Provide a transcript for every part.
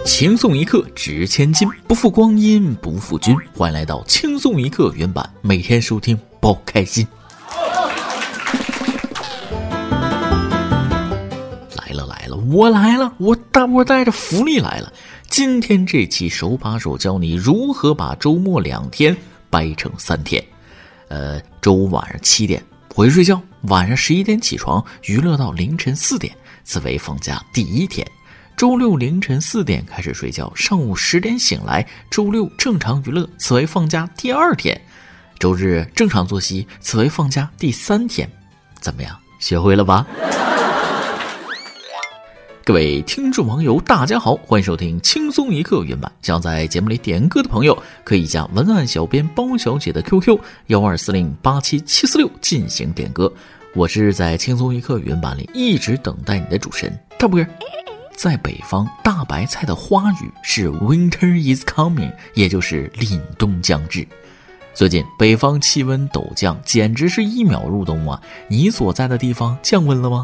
轻松一刻值千金，不负光阴不负君。欢迎来到轻松一刻原版，每天收听包开心。来了，我来了，我带着福利来了。今天这期手把手教你如何把周末2天掰成3天。周五晚上7点回去睡觉，晚上11点起床，娱乐到凌晨4点，此为放假第1天。周六凌晨4点开始睡觉，上午10点醒来，周六正常娱乐，此为放假第2天。周日正常作息，此为放假第3天。怎么样，学会了吧？各位听众网友大家好，欢迎收听轻松一刻原版。想要在节目里点歌的朋友，可以加文案小编包小姐的 QQ 124087746进行点歌。我是在轻松一刻原版里一直等待你的主持人大波。在北方，大白菜的花语是 Winter is coming， 也就是凛冬将至。最近北方气温陡降，简直是1秒入冬啊！你所在的地方降温了吗？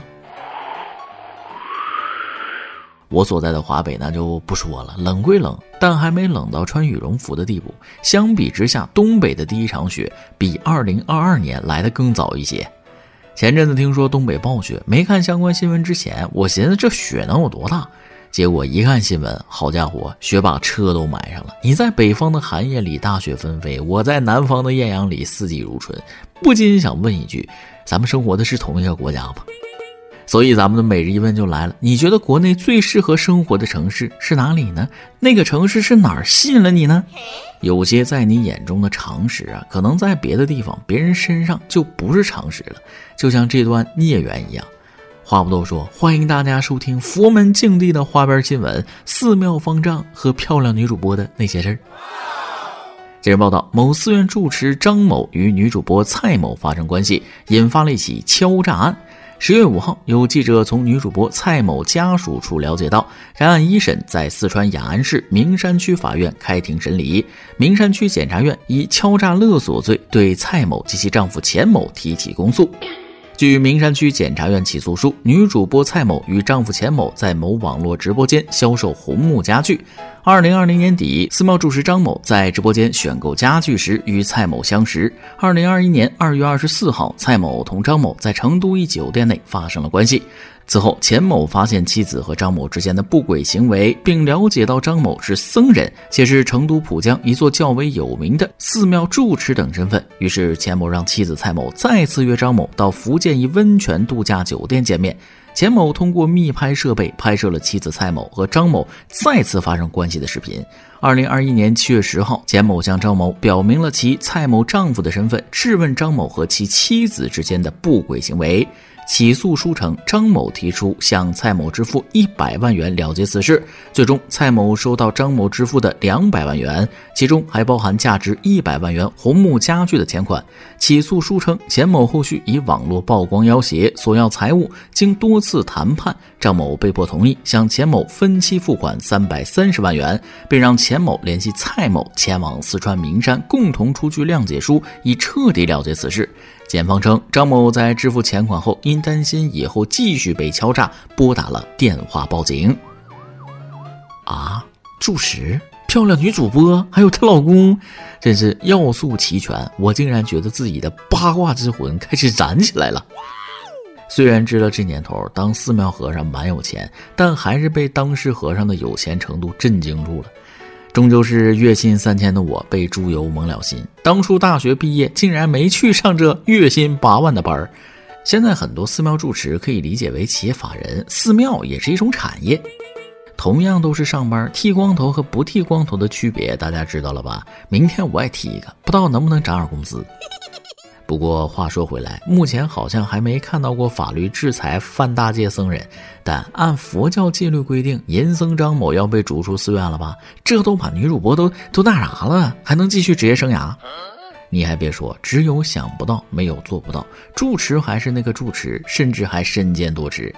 我所在的华北那就不说了，冷归冷，但还没冷到穿羽绒服的地步。相比之下，东北的第一场雪比2022年来得更早一些。前阵子听说东北暴雪，没看相关新闻之前，我寻思这雪能有多大？结果一看新闻，好家伙，雪把车都埋上了。你在北方的寒夜里大雪纷飞，我在南方的艳阳里四季如春，不禁想问一句，咱们生活的是同一个国家吗？所以咱们的每日一问就来了，你觉得国内最适合生活的城市是哪里呢？那个城市是哪儿吸引了你呢？有些在你眼中的常识啊，可能在别的地方别人身上就不是常识了，就像这段孽缘一样。话不多说，欢迎大家收听佛门净地的花边新闻，寺庙方丈和漂亮女主播的那些事儿。近日报道，某寺院住持张某与女主播蔡某发生关系，引发了一起敲诈案。10月5号，有记者从女主播蔡某家属处了解到，该案一审在四川雅安市名山区法院开庭审理，名山区检察院以敲诈勒索罪对蔡某及其丈夫钱某提起公诉。据名山区检察院起诉书，女主播蔡某与丈夫钱某在某网络直播间销售红木家具。2020年底，寺庙住持张某在直播间选购家具时与蔡某相识。2021年2月24号，蔡某同张某在成都一酒店内发生了关系。此后，钱某发现妻子和张某之间的不轨行为，并了解到张某是僧人，且是成都浦江一座较为有名的寺庙住持等身份。于是，钱某让妻子蔡某再次约张某到福建一温泉度假酒店见面。钱某通过密拍设备拍摄了妻子蔡某和张某再次发生关系的视频。2021年7月10号，钱某向张某表明了其蔡某丈夫的身份，质问张某和其妻子之间的不轨行为。起诉书称，张某提出向蔡某支付100万元了结此事，最终蔡某收到张某支付的200万元，其中还包含价值100万元红木家具的钱款。起诉书称，钱某后续以网络曝光要挟索要财物，经多次谈判，张某被迫同意向钱某分期付款330万元，并让钱某联系蔡某前往四川名山共同出具谅解书，以彻底了结此事。检方称，张某在支付钱款后，因担心以后继续被敲诈，拨打了电话报警。啊，住持、漂亮女主播还有她老公，真是要素齐全，我竟然觉得自己的八卦之魂开始燃起来了。虽然知道这年头当寺庙和尚蛮有钱，但还是被当世和尚的有钱程度震惊住了。终究是月薪3000的我被猪油蒙了心，当初大学毕业竟然没去上这月薪8万的班。现在很多寺庙住持可以理解为企业法人，寺庙也是一种产业。同样都是上班，剃光头和不剃光头的区别大家知道了吧？明天我也剃一个，不知道能不能涨点工资。不过话说回来，目前好像还没看到过法律制裁犯大戒僧人，但按佛教戒律规定，淫僧张某要被逐出寺院了吧？这都把女主播都那啥了，还能继续职业生涯？你还别说，只有想不到，没有做不到。住持还是那个住持，甚至还身兼多职。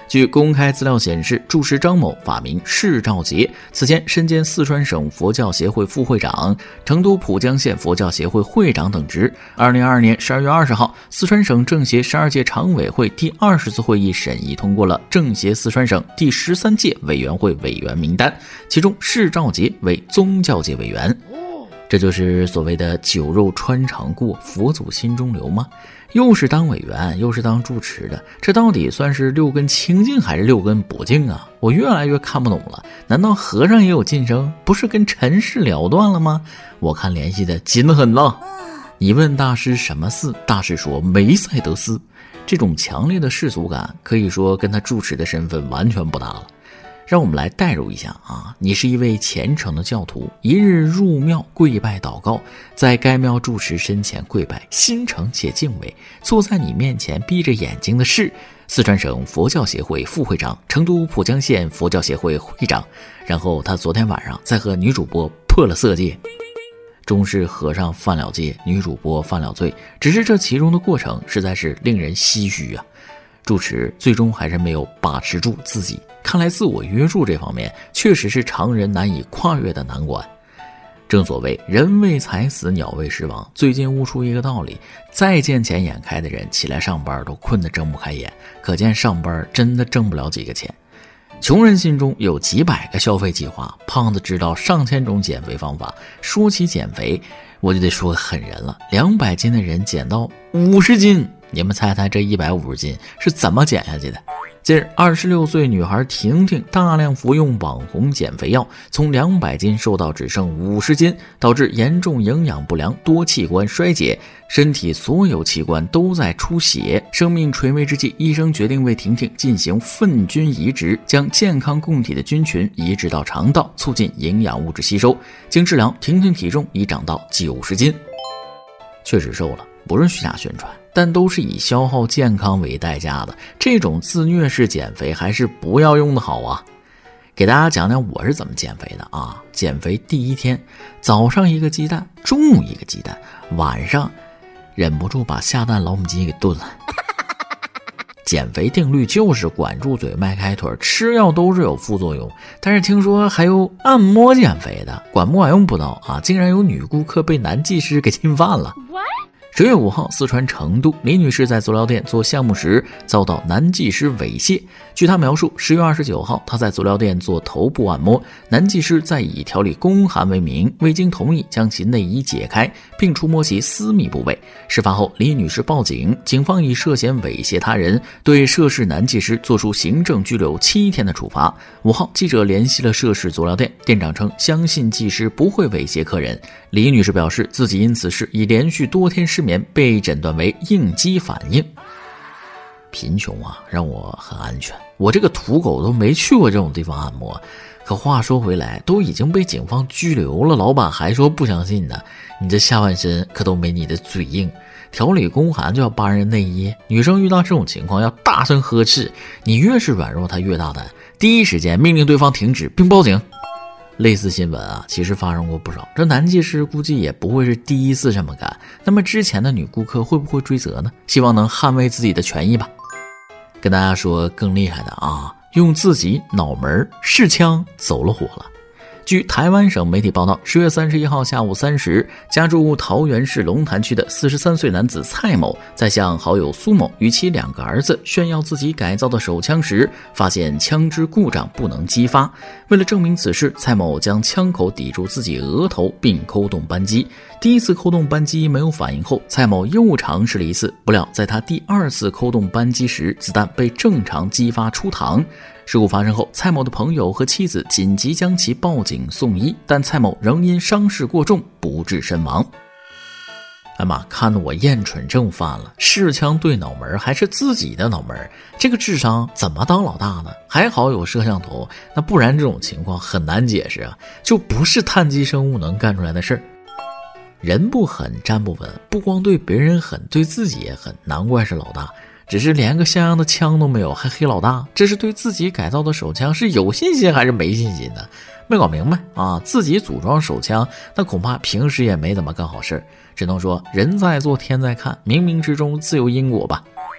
据公开资料显示，住持张某法名释兆杰，此前身兼四川省佛教协会副会长、成都浦江县佛教协会会长等职。2022年12月20号，四川省政协12届常委会第20次会议审议通过了政协四川省第13届委员会委员名单，其中释兆杰为宗教界委员。这就是所谓的酒肉穿肠过，佛祖心中留吗？又是当委员又是当住持的，这到底算是6根清净还是6根不净啊？我越来越看不懂了。难道和尚也有晋升？不是跟尘世了断了吗？我看联系的紧得很了。你问大师什么寺，大师说梅赛德斯。这种强烈的世俗感可以说跟他住持的身份完全不搭了。让我们来代入一下啊，你是一位虔诚的教徒，一日入庙跪拜祷告，在该庙住持身前跪拜，心诚且敬畏。坐在你面前闭着眼睛的是四川省佛教协会副会长、成都浦江县佛教协会会长，然后他昨天晚上再和女主播破了色戒。中式和尚犯了戒，女主播犯了罪，只是这其中的过程实在是令人唏嘘啊。住持最终还是没有把持住自己，看来自我约束这方面确实是常人难以跨越的难关。正所谓人为财死，鸟为食亡，最近悟出一个道理，再见钱眼开的人起来上班都困得睁不开眼，可见上班真的挣不了几个钱。穷人心中有几百个消费计划，胖子知道上千种减肥方法。说起减肥，我就得说个狠人了，200斤的人减到50斤，你们猜猜这150斤是怎么减下去的？近日26岁女孩婷婷大量服用网红减肥药，从200斤瘦到只剩50斤，导致严重营养不良、多器官衰竭，身体所有器官都在出血。生命垂危之际，医生决定为婷婷进行粪菌移植，将健康供体的菌群移植到肠道，促进营养物质吸收。经治疗，婷婷体重已长到90斤。确实瘦了，不是虚假宣传，但都是以消耗健康为代价的，这种自虐式减肥还是不要用的好啊。给大家讲讲我是怎么减肥的啊。减肥第一天，早上一个鸡蛋，中午一个鸡蛋，晚上忍不住把下蛋老母鸡给炖了。减肥定律就是管住嘴迈开腿，吃药都是有副作用，但是听说还有按摩减肥的，管不管用不知道啊，竟然有女顾客被男技师给侵犯了。10月5号，四川成都，李女士在足疗店做项目时遭到男技师猥亵。据她描述，10月29号，她在足疗店做头部按摩，男技师在以调理宫寒为名，未经同意将其内衣解开，并触摸其私密部位。事发后，李女士报警，警方以涉嫌猥亵他人，对涉事男技师作出行政拘留7天的处罚。5号，记者联系了涉事足疗店，店长称相信技师不会猥亵客人。李女士表示，自己因此事已连续多天失眠，被诊断为应激反应。贫穷啊，让我很安全，我这个土狗都没去过这种地方按摩。可话说回来，都已经被警方拘留了，老板还说不相信呢。你这下半身可都没你的嘴硬，调理宫寒就要扒人内衣，女生遇到这种情况要大声呵斥，你越是软弱她越大胆，第一时间命令对方停止并报警。类似新闻啊，其实发生过不少，这男技师估计也不会是第一次这么干，那么之前的女顾客会不会追责呢？希望能捍卫自己的权益吧。跟大家说更厉害的啊，用自己脑门试枪走了火了。据台湾省媒体报道，10月31号下午3时，家住桃园市龙潭区的43岁男子蔡某，在向好友苏某与其2个儿子炫耀自己改造的手枪时，发现枪支故障不能击发。为了证明此事，蔡某将枪口抵住自己额头并扣动扳机。第一次扣动扳机没有反应后，蔡某又尝试了一次，不料在他第2次扣动扳机时，子弹被正常击发出膛。事故发生后，蔡某的朋友和妻子紧急将其报警送医，但蔡某仍因伤势过重不治身亡。哎妈，看得我厌蠢症犯了，试枪对脑门还是自己的脑门，这个智商怎么当老大呢？还好有摄像头，那不然这种情况很难解释啊，就不是碳基生物能干出来的事儿。人不狠站不稳，不光对别人狠，对自己也狠，难怪是老大。只是连个像样的枪都没有，还黑老大，这是对自己改造的手枪是有信心还是没信心呢？没搞明白啊！自己组装手枪，那恐怕平时也没怎么干好事，只能说人在做天在看，冥冥之中自有因果吧。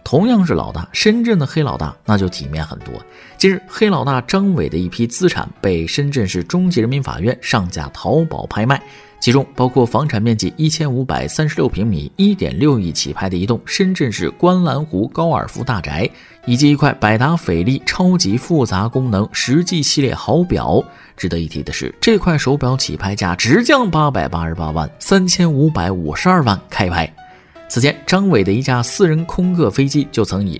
同样是老大，深圳的黑老大那就体面很多。近日，黑老大张伟的一批资产被深圳市中级人民法院上架淘宝拍卖，其中包括房产面积1536平米、1.6亿起拍的一栋深圳市观澜湖高尔夫大宅，以及一块百达翡丽超级复杂功能实际系列好表。值得一提的是，这块手表起拍价直降888万，3552万开拍。此前，张伟的一架私人空客飞机就曾以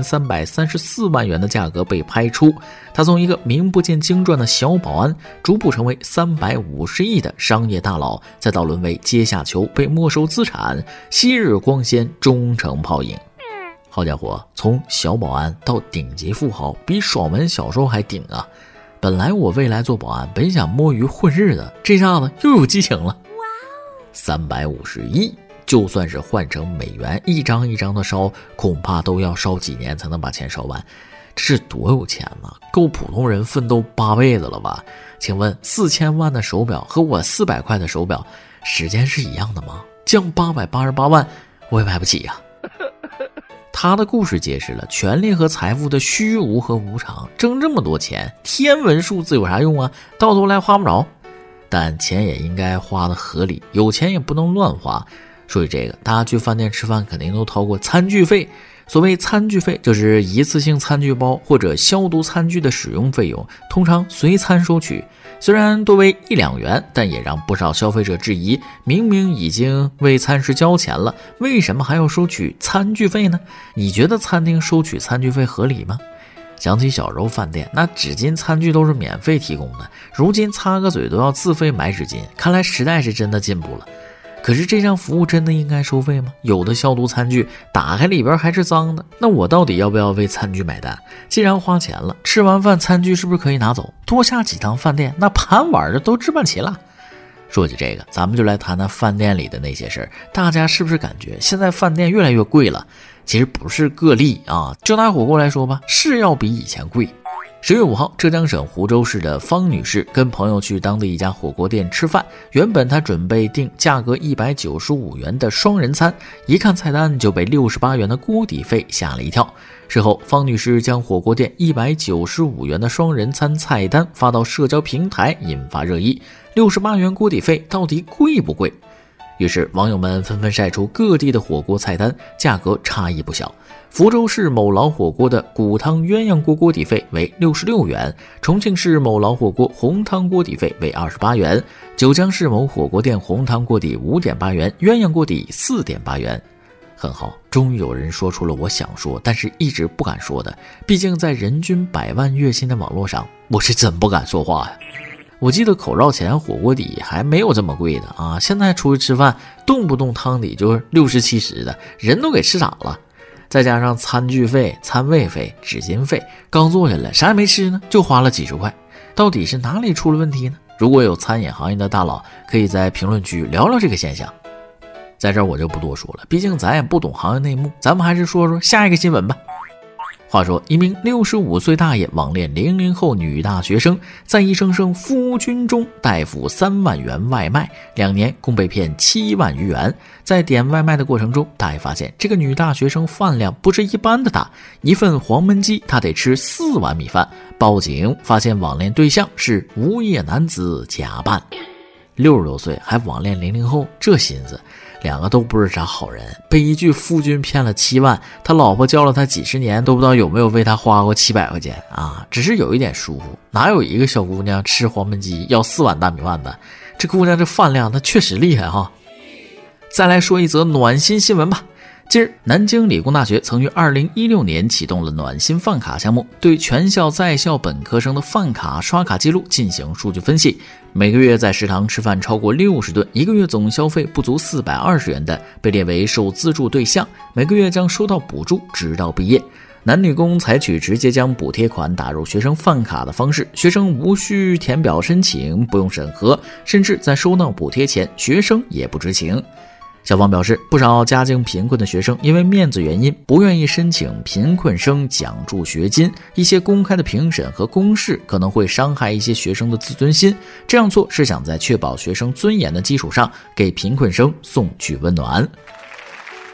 6334万元的价格被拍出。他从一个名不见经传的小保安，逐步成为350亿的商业大佬，再到沦为阶下囚被没收资产，昔日光鲜终成泡影。好家伙，从小保安到顶级富豪，比爽文小时候还顶啊！本来我未来做保安，本想摸鱼混日子，这下子又有激情了。350亿。就算是换成美元，一张一张的烧，恐怕都要烧几年才能把钱烧完。这是多有钱啊，够普通人奋斗8辈子了吧？请问4000万的手表和我400块的手表，时间是一样的吗？降888万，我也买不起呀。他的故事揭示了权力和财富的虚无和无常。挣这么多钱，天文数字有啥用啊？到头来花不着。但钱也应该花得合理，有钱也不能乱花。说起这个，大家去饭店吃饭肯定都掏过餐具费。所谓餐具费，就是一次性餐具包或者消毒餐具的使用费用，通常随餐收取。虽然多为1-2元，但也让不少消费者质疑，明明已经为餐食交钱了，为什么还要收取餐具费呢？你觉得餐厅收取餐具费合理吗？想起小时候饭店，那纸巾餐具都是免费提供的，如今擦个嘴都要自费买纸巾，看来时代是真的进步了。可是这项服务真的应该收费吗？有的消毒餐具打开里边还是脏的，那我到底要不要为餐具买单？既然花钱了，吃完饭餐具是不是可以拿走？多下几趟饭店，那盘碗的都置办齐了。说起这个，咱们就来谈谈饭店里的那些事儿。大家是不是感觉现在饭店越来越贵了？其实不是个例啊，就拿火锅来说吧，是要比以前贵。10月5号，浙江省湖州市的方女士跟朋友去当地一家火锅店吃饭，原本她准备订价格195元的双人餐，一看菜单就被68元的锅底费吓了一跳。事后，方女士将火锅店195元的双人餐菜单发到社交平台，引发热议。68元锅底费到底贵不贵？于是网友们纷纷晒出各地的火锅菜单，价格差异不小。福州市某老火锅的骨汤鸳鸯锅锅底费为66元，重庆市某老火锅红汤锅底费为28元，九江市某火锅店红汤锅底5.8元，鸳鸯锅底4.8元。很好，终于有人说出了我想说但是一直不敢说的，毕竟在人均100万月薪的网络上，我是真不敢说话呀。我记得口罩前火锅底还没有这么贵的啊，现在出去吃饭动不动汤底就是60-70的，人都给吃傻了。再加上餐具费、餐位费、纸巾费，刚坐下来啥也没吃呢，就花了几十块，到底是哪里出了问题呢？如果有餐饮行业的大佬，可以在评论区聊聊这个现象。在这儿我就不多说了，毕竟咱也不懂行业内幕，咱们还是说说下一个新闻吧。话说，一名65岁大爷网恋00后女大学生，在一声声夫君中代付3万元外卖，2年共被骗7万余元。在点外卖的过程中，大爷发现这个女大学生饭量不是一般的大，一份黄焖鸡她得吃4碗米饭。报警发现网恋对象是无业男子假扮，60多岁还网恋00后，这心思。两个都不是啥好人，被一句夫君骗了7万，他老婆教了他几十年，都不知道有没有为他花过700块钱啊！只是有一点疏忽，哪有一个小姑娘吃黄焖鸡要4碗大米饭的？这姑娘这饭量，她确实厉害哈！再来说一则暖心新闻吧。近日，南京理工大学曾于2016年启动了暖心饭卡项目，对全校在校本科生的饭卡刷卡记录进行数据分析。每个月在食堂吃饭超过60顿，一个月总消费不足420元的，被列为受资助对象，每个月将收到补助，直到毕业。男女工采取直接将补贴款打入学生饭卡的方式，学生无需填表申请，不用审核，甚至在收到补贴前，学生也不知情。校方表示，不少家境贫困的学生因为面子原因不愿意申请贫困生奖助学金，一些公开的评审和公示可能会伤害一些学生的自尊心，这样做是想在确保学生尊严的基础上给贫困生送去温暖。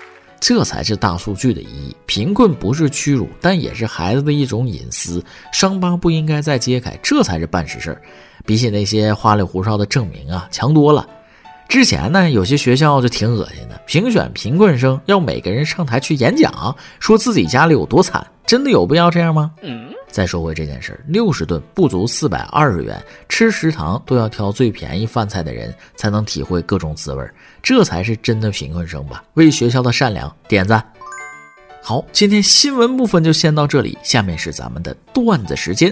这才是大数据的意义。贫困不是屈辱，但也是孩子的一种隐私，伤疤不应该再揭开，这才是办实事。比起那些花里胡哨的证明啊，强多了。之前呢，有些学校就挺恶心的，评选贫困生要每个人上台去演讲，说自己家里有多惨，真的有必要这样吗？再说回这件事，60顿不足420元，吃食堂都要挑最便宜饭菜的人才能体会各种滋味，这才是真的贫困生吧？为学校的善良点赞。好，今天新闻部分就先到这里，下面是咱们的段子时间。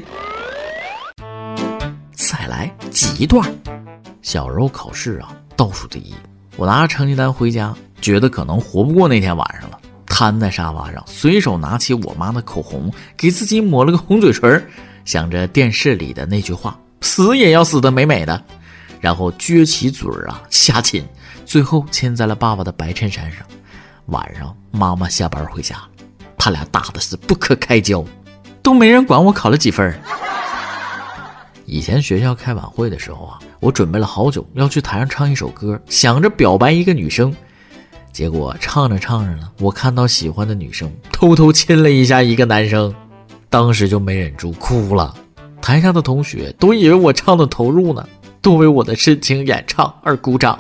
再来几段。小时候考试啊，倒数第一，我拿着成绩单回家，觉得可能活不过那天晚上了，瘫在沙发上，随手拿起我妈的口红，给自己抹了个红嘴唇，想着电视里的那句话，死也要死得美美的，然后撅起嘴啊瞎亲，最后亲在了爸爸的白衬衫上。晚上妈妈下班回家，他俩打的是不可开交，都没人管我考了几分。以前学校开晚会的时候啊，我准备了好久要去台上唱一首歌，想着表白一个女生，结果唱着唱着呢，我看到喜欢的女生偷偷亲了一下一个男生，当时就没忍住哭了。台下的同学都以为我唱的投入呢，都为我的深情演唱而鼓掌。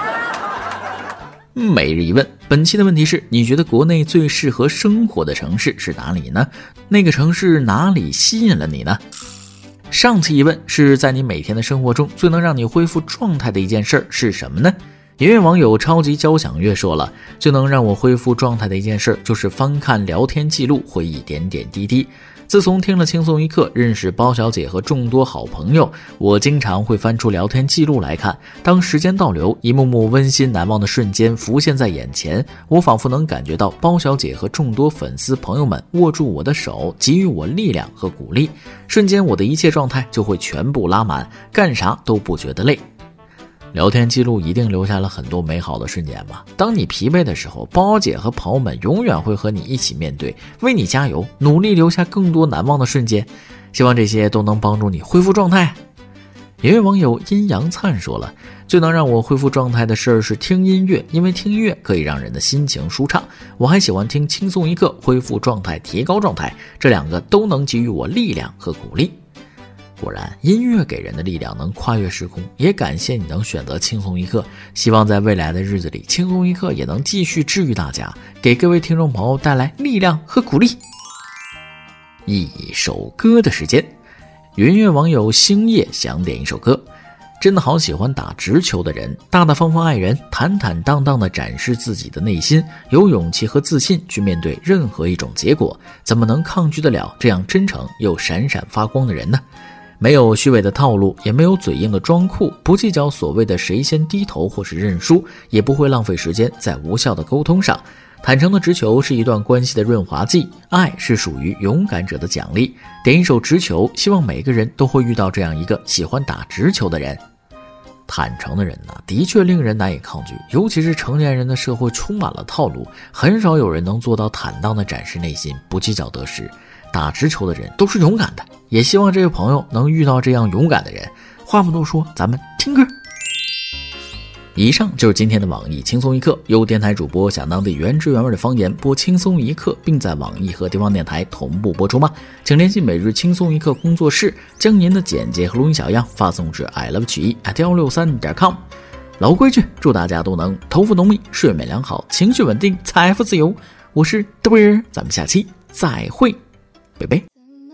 每日一问，本期的问题是：你觉得国内最适合生活的城市是哪里呢？那个城市哪里吸引了你呢？上期疑问是在你每天的生活中最能让你恢复状态的一件事是什么呢？一位网友超级交响乐说了，最能让我恢复状态的一件事就是翻看聊天记录，回忆点点滴滴。自从听了轻松一刻，认识包小姐和众多好朋友，我经常会翻出聊天记录来看。当时间倒流，一幕幕温馨难忘的瞬间浮现在眼前，我仿佛能感觉到包小姐和众多粉丝朋友们握住我的手，给予我力量和鼓励。瞬间我的一切状态就会全部拉满，干啥都不觉得累。聊天记录一定留下了很多美好的瞬间吧。当你疲惫的时候，包姐和朋友们永远会和你一起面对，为你加油，努力留下更多难忘的瞬间。希望这些都能帮助你恢复状态。一位网友阴阳灿说了，最能让我恢复状态的事是听音乐，因为听音乐可以让人的心情舒畅。我还喜欢听轻松一刻，恢复状态，提高状态，这两个都能给予我力量和鼓励。果然，音乐给人的力量能跨越时空，也感谢你能选择轻松一刻。希望在未来的日子里，轻松一刻也能继续治愈大家，给各位听众朋友带来力量和鼓励。一首歌的时间，云乐网友星夜想点一首歌。真的好喜欢打直球的人，大大方方爱人，坦坦荡荡地展示自己的内心，有勇气和自信去面对任何一种结果，怎么能抗拒得了这样真诚又闪闪发光的人呢？没有虚伪的套路，也没有嘴硬的装酷，不计较所谓的谁先低头或是认输，也不会浪费时间在无效的沟通上。坦诚的直球是一段关系的润滑剂，爱是属于勇敢者的奖励。点一首直球，希望每个人都会遇到这样一个喜欢打直球的人。坦诚的人呢，的确令人难以抗拒，尤其是成年人的社会充满了套路，很少有人能做到坦荡地展示内心，不计较得失。打直球的人都是勇敢的，也希望这位朋友能遇到这样勇敢的人。话不多说，咱们听歌。以上就是今天的网易轻松一刻，由电台主播想当地原汁原味的方言播轻松一刻，并在网易和地方电台同步播出吗？请联系每日轻松一刻工作室，将您的简介和录音小样发送至 iLoveChi@163.com。老规矩，祝大家都能头发浓密，睡眠良好，情绪稳定，财富自由。我是嘚啵，咱们下期再会，拜拜。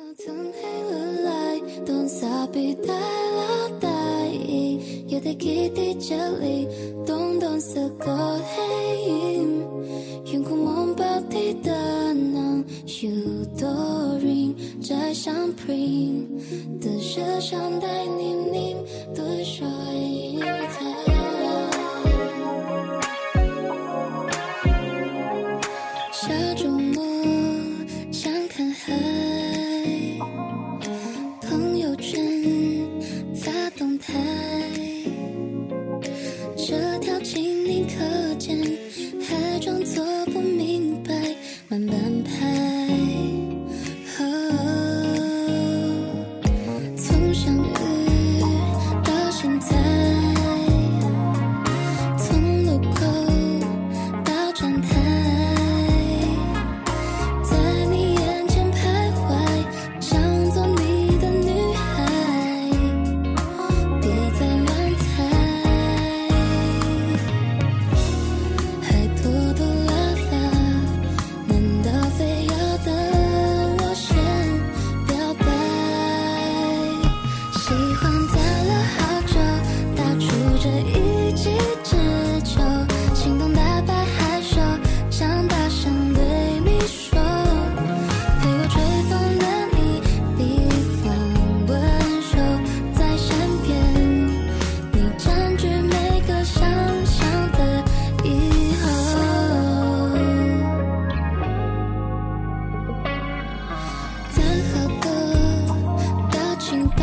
在上 Pring 的世上带你念对说一次下周末想看海朋友圈发动态这条情你可见还装作不明白慢慢拍从路口到站台喜欢攒了好久，打出这一击之球，心动打败害羞，想大声对你说，陪我吹风的你比风温柔，在身边你占据每个想象的以后，攒好的表情包，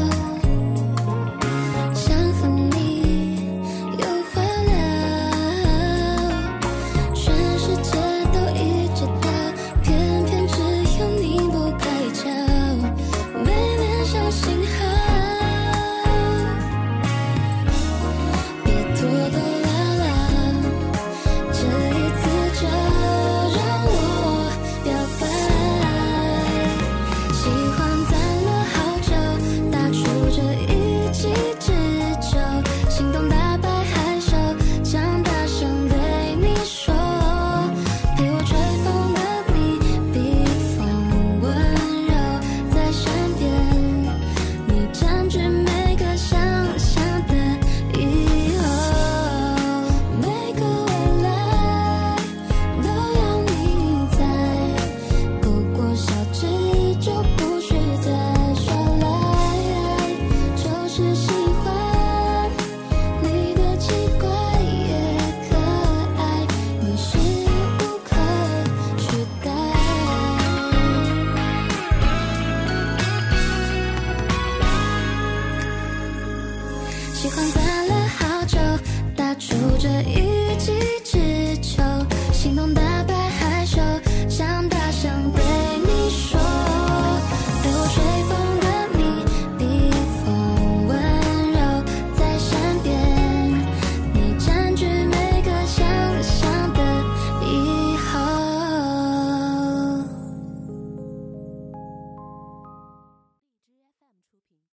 想和你有话聊，全世界都已知道，偏偏只有你不开窍，没连上信号，别拖拖拉拉，这一次就让我表白。喜欢攒了好久，打出这一击之球，心动打败害羞，想大声对你说，陪我吹风的你比风温柔，在身边你占据每个想象的以后，每个未来都有你在，不过小事就不需再说来，就是喜欢你的奇怪也可爱，你是无可取代。喜欢攒了